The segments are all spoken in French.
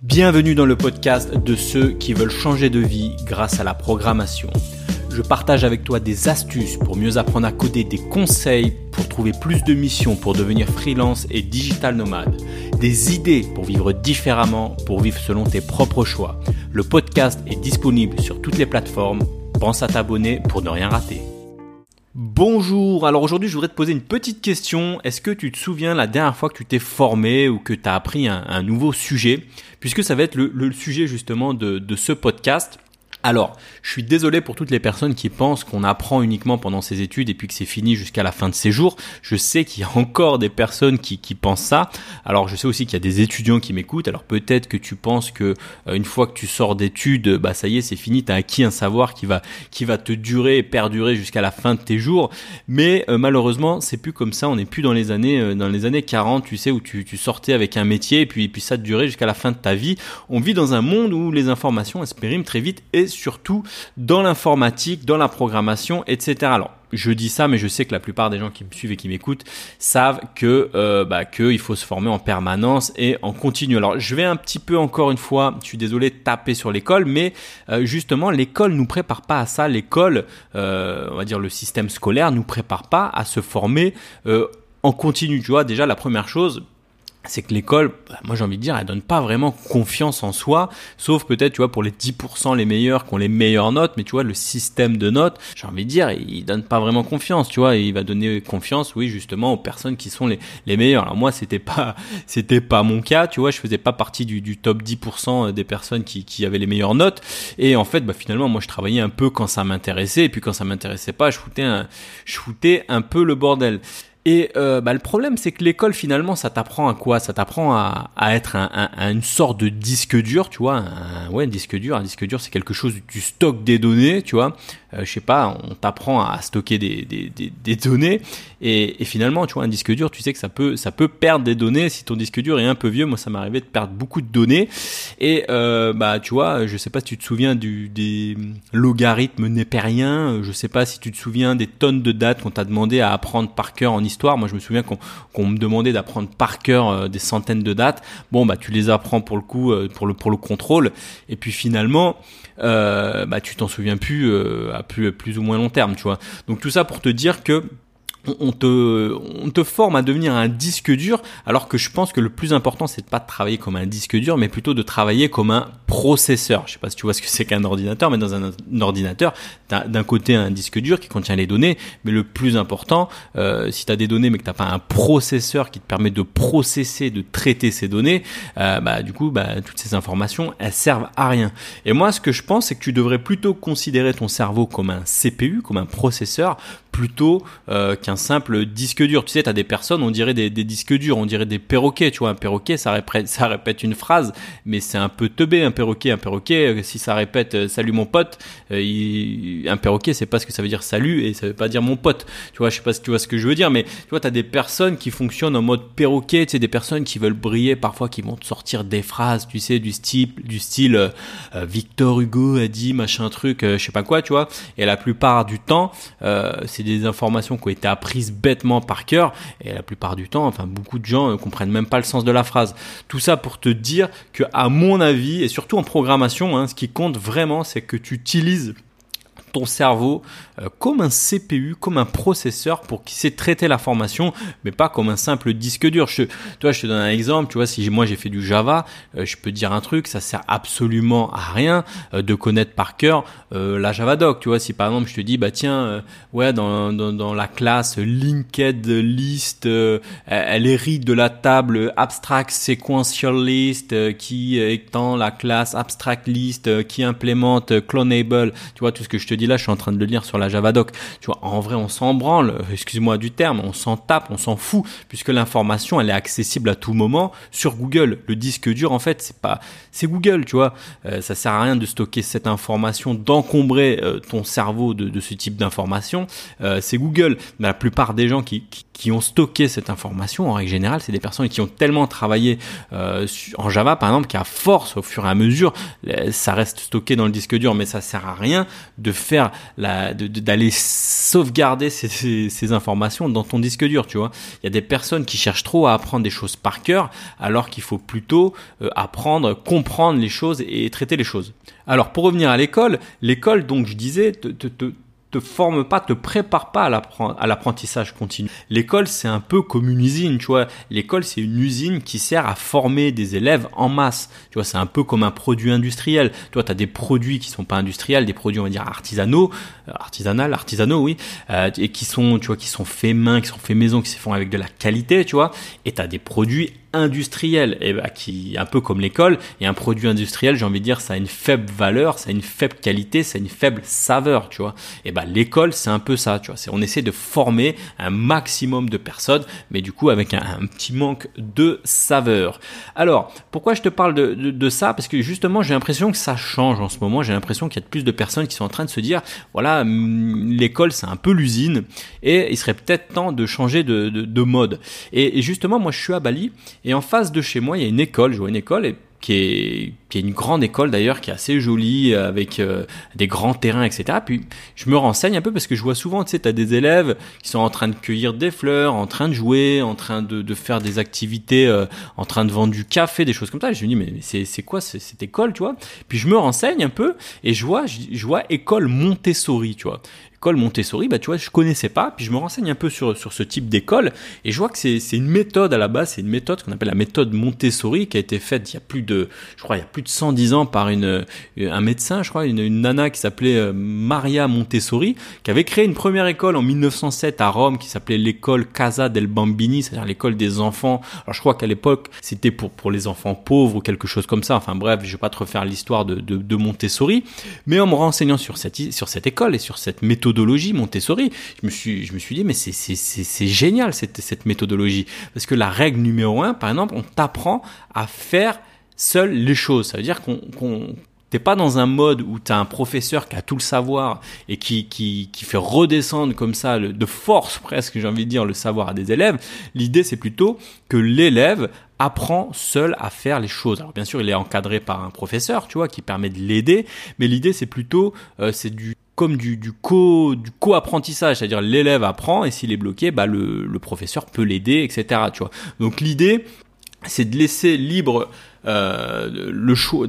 Bienvenue dans le podcast de ceux qui veulent changer de vie grâce à la programmation. Je partage avec toi des astuces pour mieux apprendre à coder, des conseils pour trouver plus de missions, pour devenir freelance et digital nomade, des idées pour vivre différemment, pour vivre selon tes propres choix. Le podcast est disponible sur toutes les plateformes. Pense à t'abonner pour ne rien rater. Bonjour, alors aujourd'hui je voudrais te poser une petite question. Est-ce que tu te souviens la dernière fois que tu t'es formé ou que tu as appris un nouveau sujet? Puisque ça va être le sujet justement de ce podcast. Alors, je suis désolé pour toutes les personnes qui pensent qu'on apprend uniquement pendant ses études et puis que c'est fini jusqu'à la fin de ses jours. Je sais qu'il y a encore des personnes qui pensent ça. Alors, je sais aussi qu'il y a des étudiants qui m'écoutent. Alors, peut-être que tu penses que une fois que tu sors d'études, ça y est, c'est fini. Tu as acquis un savoir qui va te durer et perdurer jusqu'à la fin de tes jours. Mais malheureusement, c'est plus comme ça. On n'est plus dans les années 40, tu sais, où tu sortais avec un métier et puis ça te durait jusqu'à la fin de ta vie. On vit dans un monde où les informations elles se périment très vite et surtout dans l'informatique, dans la programmation, etc. Alors, je dis ça, mais je sais que la plupart des gens qui me suivent et qui m'écoutent savent que il faut se former en permanence et en continu. Alors, je vais un petit peu encore une fois, je suis désolé, taper sur l'école, mais justement, l'école nous prépare pas à ça. L'école, on va dire le système scolaire, nous prépare pas à se former en continu. Tu vois, déjà la première chose, c'est que l'école, moi j'ai envie de dire, elle donne pas vraiment confiance en soi, sauf peut-être, tu vois, pour les 10% les meilleurs qui ont les meilleures notes, mais tu vois, le système de notes, j'ai envie de dire, il donne pas vraiment confiance, tu vois, il va donner confiance, oui, justement, aux personnes qui sont les meilleures. Alors moi, c'était pas mon cas, tu vois, je faisais pas partie du top 10% des personnes qui avaient les meilleures notes, et en fait, finalement, moi je travaillais un peu quand ça m'intéressait, et puis quand ça m'intéressait pas, je foutais un peu le bordel. Et le problème, c'est que l'école, finalement, ça t'apprend à quoi? Ça t'apprend à être une sorte de disque dur, tu vois. Un disque dur. Un disque dur, c'est quelque chose où tu stockes des données, tu vois. Je sais pas, on t'apprend à stocker des données. Et finalement, tu vois, un disque dur, tu sais que ça peut perdre des données. Si ton disque dur est un peu vieux, moi, ça m'est arrivé de perdre beaucoup de données. Et tu vois, je sais pas si tu te souviens des logarithmes népériens. Je sais pas si tu te souviens des tonnes de dates qu'on t'a demandé à apprendre par cœur en histoire. Moi, je me souviens qu'on me demandait d'apprendre par cœur des centaines de dates. Bon, tu les apprends pour le coup, pour le contrôle. Et puis finalement, tu t'en souviens plus à plus ou moins long terme, tu vois. Donc tout ça pour te dire que on te forme à devenir un disque dur, alors que je pense que le plus important, c'est de pas de travailler comme un disque dur, mais plutôt de travailler comme un processeur. Je sais pas si tu vois ce que c'est qu'un ordinateur, mais dans un ordinateur, t'as d'un côté un disque dur qui contient les données, mais le plus important, si t'as des données mais que t'as pas un processeur qui te permet de processer, de traiter ces données, toutes ces informations, elles servent à rien. Et moi, ce que je pense, c'est que tu devrais plutôt considérer ton cerveau comme un CPU, comme un processeur, plutôt qu'un simple disque dur. Tu sais, t'as des personnes, on dirait des disques durs, on dirait des perroquets, tu vois. Un perroquet, ça répète une phrase, mais c'est un peu teubé, un perroquet. Un perroquet, si ça répète salut mon pote, un perroquet, c'est pas ce que ça veut dire salut et ça veut pas dire mon pote. Tu vois, je sais pas si tu vois ce que je veux dire, mais tu vois, t'as des personnes qui fonctionnent en mode perroquet, tu sais, des personnes qui veulent briller, parfois qui vont te sortir des phrases, tu sais, du style Victor Hugo a dit machin truc, je sais pas quoi, tu vois. Et la plupart du temps, c'est des informations qui ont été apprises bêtement par cœur, et la plupart du temps, beaucoup de gens comprennent même pas le sens de la phrase. Tout ça pour te dire que, à mon avis, et surtout en programmation, ce qui compte vraiment, c'est que tu utilises ton cerveau comme un CPU, comme un processeur pour qu'il sait traiter l'information, mais pas comme un simple disque dur. Je te donne un exemple. Tu vois, si moi j'ai fait du Java, je peux te dire un truc, ça sert absolument à rien de connaître par cœur la Javadoc. Tu vois, si par exemple je te dis dans la classe linked list, elle hérite de la table abstract sequential list qui est dans la classe abstract list qui implémente clonable. Tu vois, tout ce que je te dis là, je suis en train de le lire sur la Javadoc. Tu vois, en vrai, on s'en branle, excuse-moi du terme, on s'en tape, on s'en fout, puisque l'information, elle est accessible à tout moment sur Google. Le disque dur, en fait, c'est Google, tu vois. Ça sert à rien de stocker cette information, d'encombrer ton cerveau de ce type d'information. C'est Google. Mais la plupart des gens qui ont stocké cette information, en règle générale, c'est des personnes qui ont tellement travaillé en Java, par exemple, qu'à force, au fur et à mesure, ça reste stocké dans le disque dur, mais ça sert à rien de d'aller sauvegarder ces informations dans ton disque dur, tu vois. Il y a des personnes qui cherchent trop à apprendre des choses par cœur, alors qu'il faut plutôt apprendre, comprendre les choses et traiter les choses. Alors, pour revenir à l'école, donc je disais, te forme pas, te prépare pas à l'apprentissage continu. L'école, c'est un peu comme une usine, tu vois. L'école, c'est une usine qui sert à former des élèves en masse. Tu vois, c'est un peu comme un produit industriel. Tu vois, t'as des produits qui sont pas industriels, des produits, on va dire, artisanaux, oui, et qui sont faits main, qui sont faits maison, qui se font avec de la qualité, tu vois. Et t'as des produits industriel, et qui un peu comme l'école, et un produit industriel, j'ai envie de dire, ça a une faible valeur, ça a une faible qualité, ça a une faible saveur, tu vois. Et l'école, c'est un peu ça, tu vois. On essaie de former un maximum de personnes, mais du coup avec un petit manque de saveur. Alors, pourquoi je te parle de ça? Parce que justement, j'ai l'impression que ça change en ce moment. J'ai l'impression qu'il y a de plus de personnes qui sont en train de se dire, voilà, l'école, c'est un peu l'usine, et il serait peut-être temps de changer de mode. Et justement, moi, je suis à Bali. Et en face de chez moi, il y a une école. Je vois une école qui est une grande école d'ailleurs, qui est assez jolie, avec des grands terrains, etc. Puis je me renseigne un peu parce que je vois souvent, tu sais, t'as des élèves qui sont en train de cueillir des fleurs, en train de jouer, en train de faire des activités, en train de vendre du café, des choses comme ça. Et je me dis, mais c'est quoi cette école, tu vois? Puis je me renseigne un peu et je vois école Montessori, tu vois. École Montessori, tu vois, je connaissais pas, puis je me renseigne un peu sur ce type d'école, et je vois que c'est une méthode à la base, c'est une méthode qu'on appelle la méthode Montessori, qui a été faite il y a plus de 110 ans par un médecin, je crois, une nana qui s'appelait Maria Montessori, qui avait créé une première école en 1907 à Rome, qui s'appelait l'école Casa del Bambini, c'est-à-dire l'école des enfants. Alors je crois qu'à l'époque, c'était pour les enfants pauvres ou quelque chose comme ça, enfin bref, je vais pas te refaire l'histoire de Montessori, mais en me renseignant sur cette école et sur cette méthode Montessori, je me suis dit, mais c'est génial cette méthodologie, parce que la règle numéro 1, par exemple, on t'apprend à faire seul les choses. Ça veut dire t'es pas dans un mode où t'as un professeur qui a tout le savoir et qui fait redescendre comme ça de force presque, j'ai envie de dire, le savoir à des élèves. L'idée, c'est plutôt que l'élève apprend seul à faire les choses. Alors bien sûr, il est encadré par un professeur, tu vois, qui permet de l'aider, mais l'idée, c'est plutôt comme du co-apprentissage, c'est-à-dire l'élève apprend et s'il est bloqué, le professeur peut l'aider, etc. Tu vois. Donc l'idée, c'est de laisser libre le choix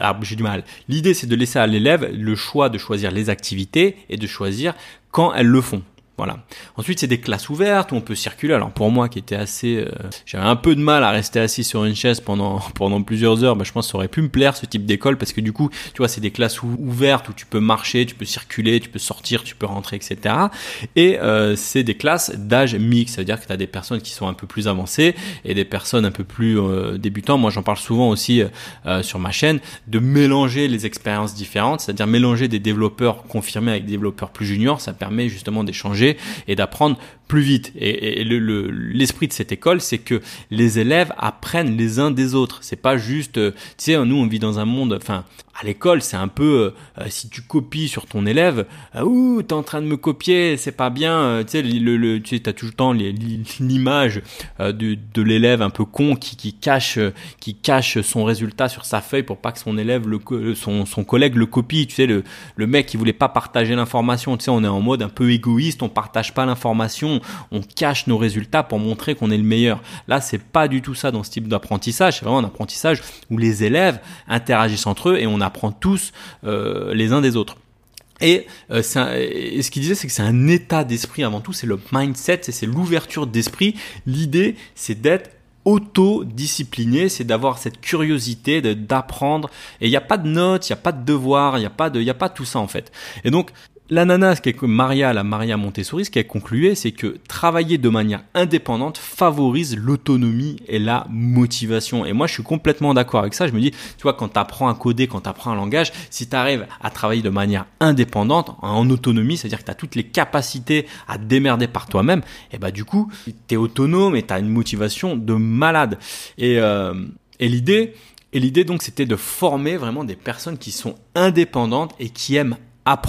L'idée, c'est de laisser à l'élève le choix de choisir les activités et de choisir quand elles le font. Voilà. Ensuite, c'est des classes ouvertes où on peut circuler. Alors pour moi qui était j'avais un peu de mal à rester assis sur une chaise pendant plusieurs heures, je pense que ça aurait pu me plaire ce type d'école, parce que du coup, tu vois, c'est des classes ouvertes où tu peux marcher, tu peux circuler, tu peux sortir, tu peux rentrer, etc. Et c'est des classes d'âge mixte, ça veut dire que tu as des personnes qui sont un peu plus avancées et des personnes un peu plus débutants. Moi, j'en parle souvent aussi sur ma chaîne, de mélanger les expériences différentes, c'est-à-dire mélanger des développeurs confirmés avec des développeurs plus juniors. Ça permet justement d'échanger et d'apprendre plus vite. Et l'esprit de cette école, c'est que les élèves apprennent les uns des autres. C'est pas juste, tu sais, nous on vit dans un monde, enfin, à l'école, c'est un peu, si tu copies sur ton élève, t'es en train de me copier, c'est pas bien, tu sais, t'as tout le temps l'image de l'élève un peu con qui cache son résultat sur sa feuille pour pas que son élève, son collègue le copie. Tu sais, le mec qui voulait pas partager l'information, tu sais, on est en mode un peu égoïste, on partage pas l'information, on cache nos résultats pour montrer qu'on est le meilleur. Là, c'est pas du tout ça dans ce type d'apprentissage. C'est vraiment un apprentissage où les élèves interagissent entre eux et on apprend tous les uns des autres. Et ce qu'il disait, c'est que c'est un état d'esprit avant tout, c'est le mindset, c'est l'ouverture d'esprit. L'idée, c'est d'être autodiscipliné, c'est d'avoir cette curiosité d'apprendre. Et il n'y a pas de notes, il n'y a pas de devoirs, il n'y a pas tout ça en fait. Et donc, la nana, la Maria Montessori, ce qu'elle concluait, c'est que travailler de manière indépendante favorise l'autonomie et la motivation. Et moi, je suis complètement d'accord avec ça. Je me dis, tu vois, quand tu apprends à coder, quand tu apprends un langage, si tu arrives à travailler de manière indépendante, en autonomie, c'est-à-dire que tu as toutes les capacités à te démerder par toi-même, et du coup, tu es autonome et tu as une motivation de malade. Et l'idée, donc, c'était de former vraiment des personnes qui sont indépendantes et qui aiment apprendre.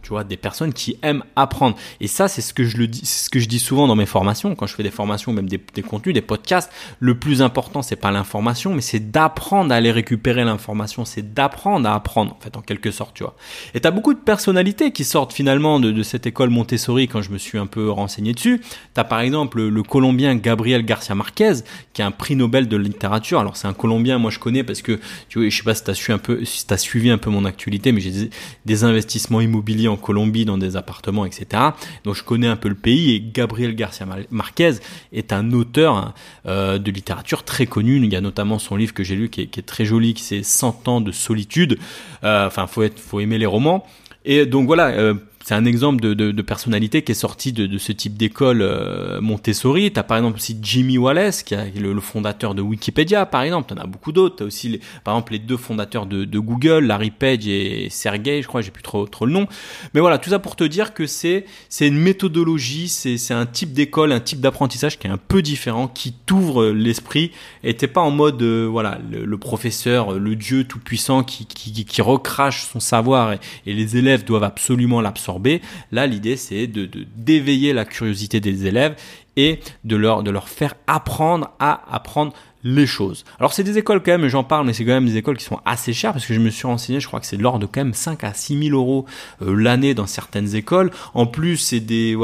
tu vois, des personnes qui aiment apprendre. Et ça, c'est ce que je dis souvent dans mes formations, quand je fais des formations, même des contenus, des podcasts. Le plus important, c'est pas l'information, mais c'est d'apprendre à aller récupérer l'information, c'est d'apprendre à apprendre, en fait, en quelque sorte, tu vois. Et t'as beaucoup de personnalités qui sortent finalement de cette école Montessori quand je me suis un peu renseigné dessus. T'as par exemple le Colombien Gabriel Garcia Marquez, qui est un prix Nobel de littérature. Alors c'est un Colombien, moi je connais parce que, tu vois, je sais pas si t'as suivi un peu mon actualité, mais j'ai des investissements immobiliers en Colombie dans des appartements, etc. Donc je connais un peu le pays, et Gabriel Garcia Marquez est un auteur de littérature très connu. Il y a notamment son livre que j'ai lu qui est très joli, qui c'est 100 ans de solitude. Enfin, faut aimer les romans. Et donc voilà, c'est un exemple de personnalité qui est sortie de ce type d'école Montessori. T'as par exemple aussi Jimmy Wallace, qui est le fondateur de Wikipédia, par exemple. T'en as beaucoup d'autres. T'as aussi par exemple les 2 fondateurs de Google, Larry Page et Sergey, je crois, j'ai plus trop le nom. Mais voilà, tout ça pour te dire que c'est une méthodologie, c'est un type d'école, un type d'apprentissage qui est un peu différent, qui t'ouvre l'esprit. Et t'es pas en mode voilà, le professeur, le dieu tout puissant qui recrache son savoir et les élèves doivent absolument l'absorber. Là, l'idée, c'est d'éveiller la curiosité des élèves et de leur faire apprendre à apprendre les choses. Alors, c'est des écoles quand même, j'en parle, mais c'est quand même des écoles qui sont assez chères parce que je me suis renseigné, je crois que c'est de l'ordre de quand même 5 à 6 000 euros l'année dans certaines écoles. En plus, c'est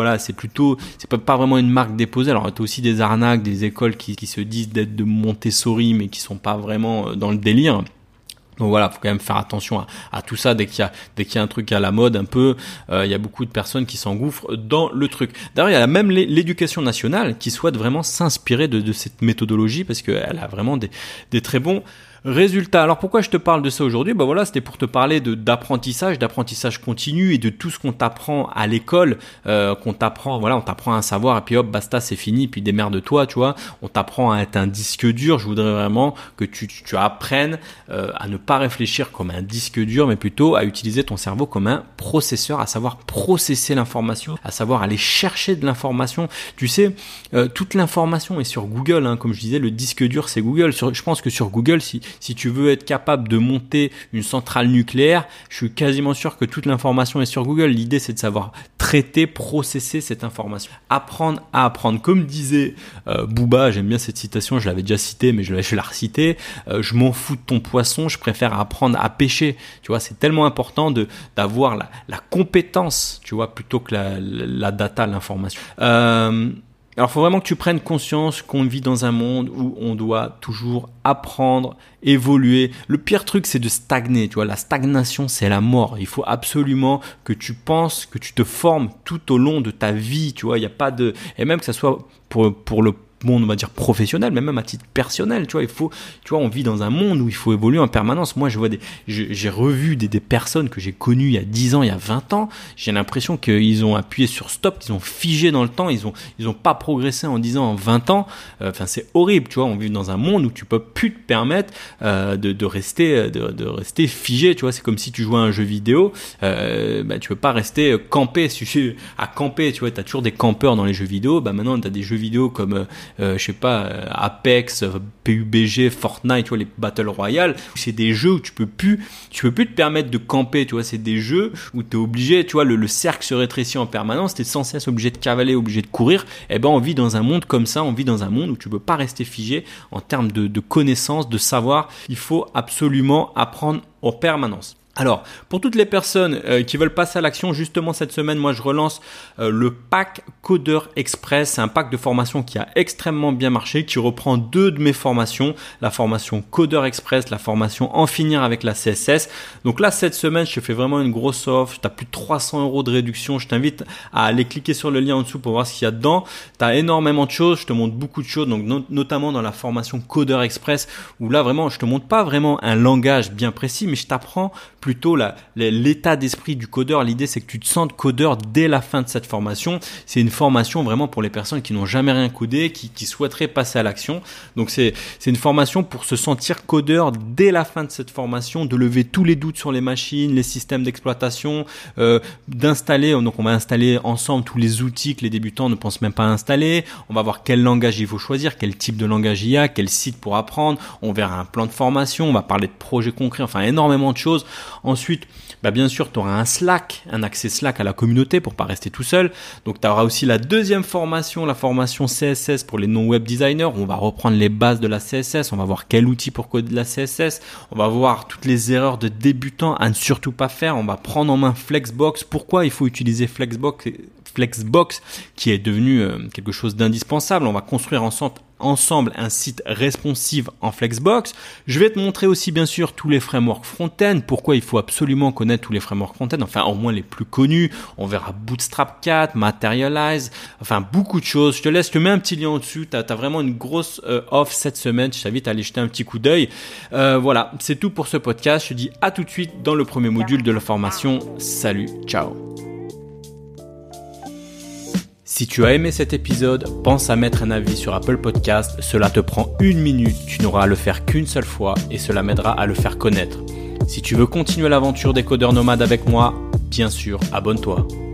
pas vraiment une marque déposée. Alors, t'as aussi des arnaques, des écoles qui se disent d'être de Montessori, mais qui sont pas vraiment dans le délire. Donc voilà, faut quand même faire attention à tout ça. Dès qu'il y a un truc à la mode un peu, il y a beaucoup de personnes qui s'engouffrent dans le truc. D'ailleurs, il y a même l'éducation nationale qui souhaite vraiment s'inspirer de cette méthodologie parce qu'elle a vraiment des très bons résultats. Alors pourquoi je te parle de ça aujourd'hui? Bah voilà, c'était pour te parler d'apprentissage continu et de tout ce qu'on t'apprend à l'école, on t'apprend un savoir et puis hop, basta, c'est fini, puis démerde-toi, tu vois. On t'apprend à être un disque dur. Je voudrais vraiment que tu apprennes à ne pas réfléchir comme un disque dur, mais plutôt à utiliser ton cerveau comme un processeur, à savoir processer l'information, à savoir aller chercher de l'information. Tu sais, toute l'information est sur Google, hein. Comme je disais, le disque dur, c'est Google. Je pense que sur Google, si tu veux être capable de monter une centrale nucléaire, je suis quasiment sûr que toute l'information est sur Google. L'idée, c'est de savoir traiter, processer cette information. Apprendre à apprendre. Comme disait Booba, j'aime bien cette citation, je l'avais déjà citée, mais je vais la reciter. Je m'en fous de ton poisson, je préfère apprendre à pêcher. Tu vois, c'est tellement important d'avoir la compétence, tu vois, plutôt que la data, l'information. Alors, il faut vraiment que tu prennes conscience qu'on vit dans un monde où on doit toujours apprendre, évoluer. Le pire truc, c'est de stagner. Tu vois, la stagnation, c'est la mort. Il faut absolument que tu penses, que tu te formes tout au long de ta vie. Tu vois, il n'y a pas de... Et même que ça soit pour le monde, on va dire professionnel, mais même à titre personnel, tu vois, on vit dans un monde où il faut évoluer en permanence. Moi, j'ai revu des personnes que j'ai connues il y a 10 ans, il y a 20 ans. J'ai l'impression qu'ils ont appuyé sur stop, qu'ils ont figé dans le temps, ils ont pas progressé en 10 ans, en 20 ans. Enfin, c'est horrible, tu vois. On vit dans un monde où tu peux plus te permettre de rester figé, tu vois. C'est comme si tu jouais à un jeu vidéo, tu peux pas rester campé, à camper, tu vois. T'as toujours des campeurs dans les jeux vidéo. Maintenant, t'as des jeux vidéo comme je sais pas, Apex, PUBG, Fortnite, tu vois, les Battle Royale. C'est des jeux où tu peux plus te permettre de camper, tu vois. C'est des jeux où t'es obligé, tu vois, le cercle se rétrécit en permanence, t'es sans cesse obligé de cavaler, obligé de courir. On vit dans un monde comme ça, on vit dans un monde où tu peux pas rester figé en termes de connaissances, de savoir. Il faut absolument apprendre en permanence. Alors, pour toutes les personnes qui veulent passer à l'action, justement cette semaine, moi je relance le pack Codeur Express. C'est un pack de formation qui a extrêmement bien marché, qui reprend 2 de mes formations, la formation Codeur Express, la formation En finir avec la CSS. Donc là, cette semaine, je te fais vraiment une grosse offre. Tu as plus de 300 € de réduction. Je t'invite à aller cliquer sur le lien en dessous pour voir ce qu'il y a dedans. Tu as énormément de choses. Je te montre beaucoup de choses, donc notamment dans la formation Codeur Express, où là vraiment, je te montre pas vraiment un langage bien précis, mais je t'apprends plutôt l'état d'esprit du codeur. L'idée, c'est que tu te sentes codeur dès la fin de cette formation. C'est une formation vraiment pour les personnes qui n'ont jamais rien codé, qui souhaiteraient passer à l'action. Donc, c'est une formation pour se sentir codeur dès la fin de cette formation, de lever tous les doutes sur les machines, les systèmes d'exploitation, d'installer. Donc, on va installer ensemble tous les outils que les débutants ne pensent même pas installer. On va voir quel langage il faut choisir, quel type de langage il y a, quel site pour apprendre. On verra un plan de formation. On va parler de projets concrets. Enfin, énormément de choses. Ensuite, bien sûr, tu auras un accès Slack à la communauté pour pas rester tout seul. Donc, tu auras aussi la deuxième formation, la formation CSS pour les non-web designers. On va reprendre les bases de la CSS. On va voir quel outil pour coder de la CSS. On va voir toutes les erreurs de débutants à ne surtout pas faire. On va prendre en main Flexbox. Pourquoi il faut utiliser Flexbox qui est devenu quelque chose d'indispensable. On va construire ensemble un site responsive en Flexbox. Je vais te montrer aussi bien sûr tous les frameworks front-end, pourquoi il faut absolument connaître tous les frameworks front-end, enfin au moins les plus connus. On verra Bootstrap 4, Materialize, enfin beaucoup de choses. Je te mets un petit lien au-dessus, tu as vraiment une grosse off cette semaine, je t'invite à aller jeter un petit coup d'œil. Voilà, c'est tout pour ce podcast. Je te dis à tout de suite dans le premier module de la formation. Salut, ciao. Si tu as aimé cet épisode, pense à mettre un avis sur Apple Podcast. Cela te prend 1 minute, tu n'auras à le faire qu'une seule fois et cela m'aidera à le faire connaître. Si tu veux continuer l'aventure des codeurs nomades avec moi, bien sûr, abonne-toi.